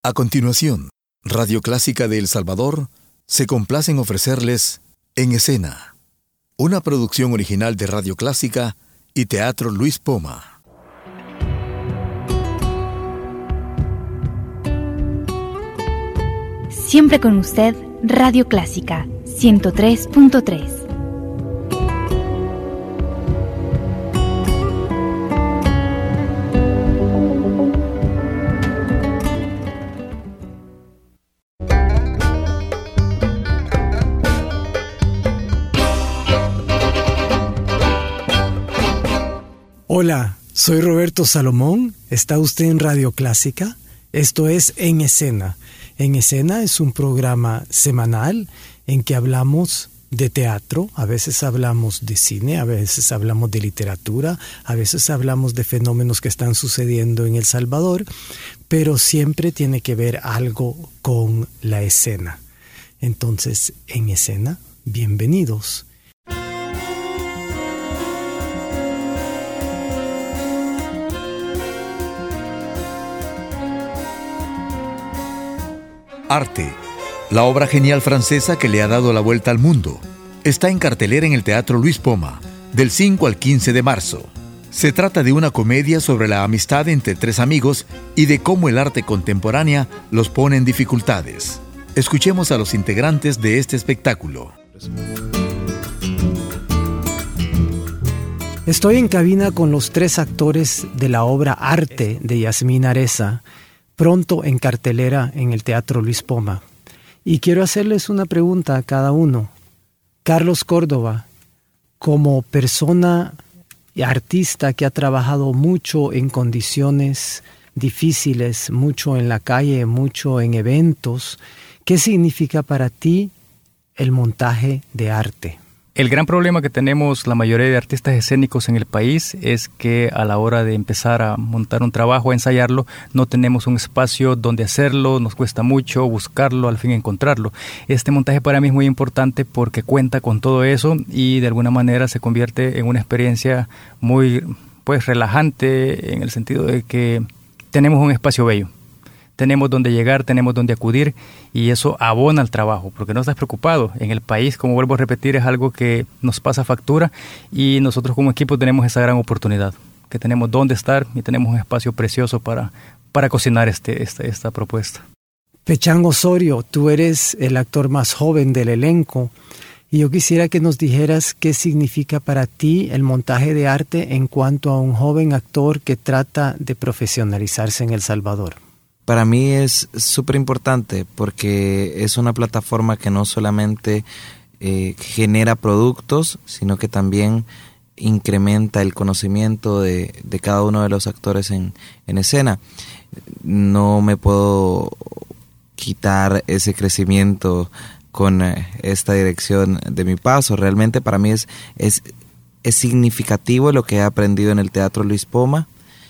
A continuación, Radio Clásica de El Salvador se complace en ofrecerles En Escena, una producción original de Radio Clásica y Teatro Luis Poma. Siempre con usted, Radio Clásica 103.3. Hola, soy Roberto Salomón. ¿Está usted en Radio Clásica? Esto es En Escena. En Escena es un programa semanal en que hablamos de teatro, a veces hablamos de cine, a veces hablamos de literatura, a veces hablamos de fenómenos que están sucediendo en El Salvador, pero siempre tiene que ver algo con la escena. Entonces, En Escena, bienvenidos. Arte, la obra genial francesa que le ha dado la vuelta al mundo, está en cartelera en el Teatro Luis Poma, del 5 al 15 de marzo. Se trata de una comedia sobre la amistad entre tres amigos y de cómo el arte contemporánea los pone en dificultades. Escuchemos a los integrantes de este espectáculo. Estoy en cabina con los tres actores de la obra Arte de Yasmín Areza, pronto en cartelera en el Teatro Luis Poma. Y quiero hacerles una pregunta a cada uno. Carlos Córdoba, como persona y artista que ha trabajado mucho en condiciones difíciles, mucho en la calle, mucho en eventos, ¿qué significa para ti el montaje de arte? El gran problema que tenemos la mayoría de artistas escénicos en el país es que a la hora de empezar a montar un trabajo, a ensayarlo, no tenemos un espacio donde hacerlo, nos cuesta mucho buscarlo, al fin encontrarlo. Este montaje para mí es muy importante porque cuenta con todo eso y de alguna manera se convierte en una experiencia muy relajante, en el sentido de que tenemos un espacio bello. Tenemos donde llegar, tenemos donde acudir y eso abona al trabajo porque no estás preocupado. En el país, como vuelvo a repetir, es algo que nos pasa factura y nosotros como equipo tenemos esa gran oportunidad, que tenemos donde estar y tenemos un espacio precioso para cocinar esta propuesta. Pechán Osorio, tú eres el actor más joven del elenco y yo quisiera que nos dijeras qué significa para ti el montaje de arte en cuanto a un joven actor que trata de profesionalizarse en El Salvador. Para mí es súper importante porque es una plataforma que no solamente genera productos, sino que también incrementa el conocimiento de cada uno de los actores en escena. No me puedo quitar ese crecimiento con esta dirección de mi paso. Realmente para mí es significativo lo que he aprendido en el Teatro Luis Poma.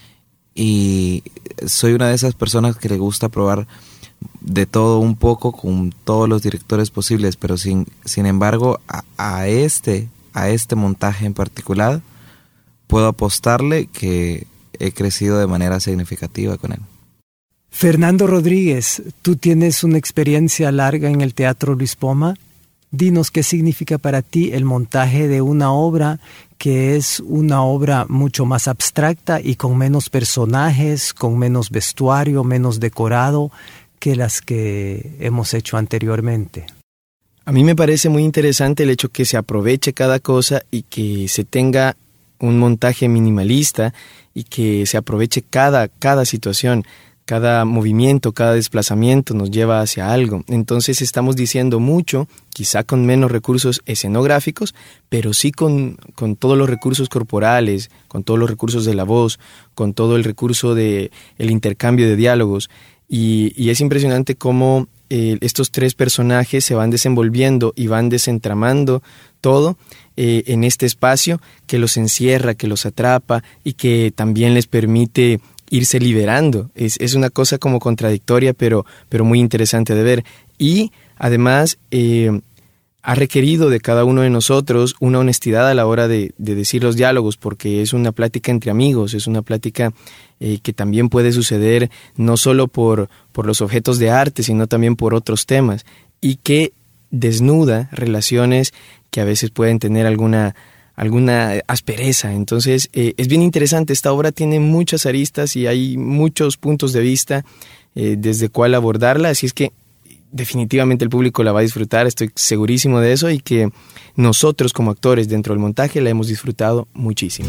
Y soy una de esas personas que le gusta probar de todo un poco con todos los directores posibles, pero sin embargo a este montaje en particular puedo apostarle que he crecido de manera significativa con él. Fernando Rodríguez, tú tienes una experiencia larga en el Teatro Luis Poma. Dinos qué significa para ti el montaje de una obra que es una obra mucho más abstracta y con menos personajes, con menos vestuario, menos decorado que las que hemos hecho anteriormente. A mí me parece muy interesante el hecho que se aproveche cada cosa y que se tenga un montaje minimalista y que se aproveche cada situación. Cada movimiento, cada desplazamiento nos lleva hacia algo. Entonces estamos diciendo mucho, quizá con menos recursos escenográficos, pero sí con todos los recursos corporales, con todos los recursos de la voz, con todo el recurso del intercambio de diálogos. Y es impresionante cómo estos tres personajes se van desenvolviendo y van desentramando todo en este espacio que los encierra, que los atrapa y que también les permite irse liberando. Es una cosa como contradictoria, pero muy interesante de ver. Y además ha requerido de cada uno de nosotros una honestidad a la hora de decir los diálogos, porque es una plática entre amigos, es una plática que también puede suceder no solo por los objetos de arte, sino también por otros temas, y que desnuda relaciones que a veces pueden tener alguna aspereza. Entonces, es bien interesante. Esta obra tiene muchas aristas y hay muchos puntos de vista desde cuál abordarla, así es que definitivamente el público la va a disfrutar, estoy segurísimo de eso, y que nosotros como actores dentro del montaje la hemos disfrutado muchísimo.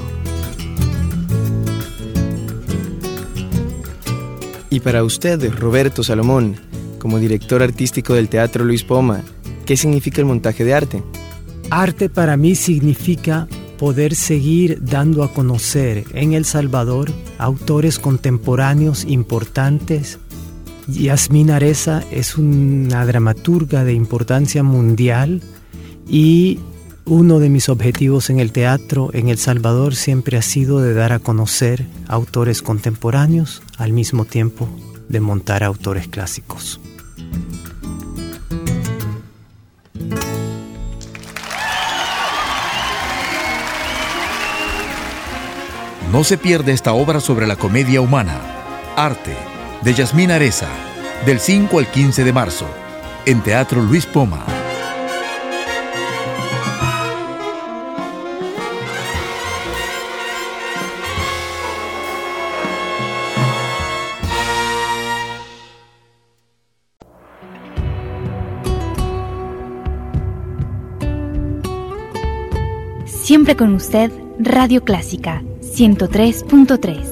Y para usted, Roberto Salomón, como director artístico del Teatro Luis Poma, ¿qué significa el montaje de arte? Arte para mí significa poder seguir dando a conocer en El Salvador autores contemporáneos importantes. Yasmín Areza es una dramaturga de importancia mundial y uno de mis objetivos en el teatro en El Salvador siempre ha sido de dar a conocer autores contemporáneos al mismo tiempo de montar autores clásicos. No se pierde esta obra sobre la comedia humana, Arte, de Yasmín Areza, del 5 al 15 de marzo, en Teatro Luis Poma. Siempre con usted, Radio Clásica 103.3.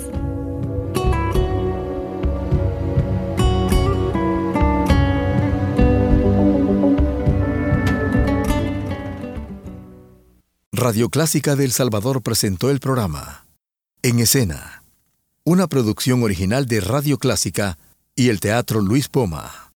Radio Clásica de El Salvador presentó el programa En Escena, una producción original de Radio Clásica y el Teatro Luis Poma.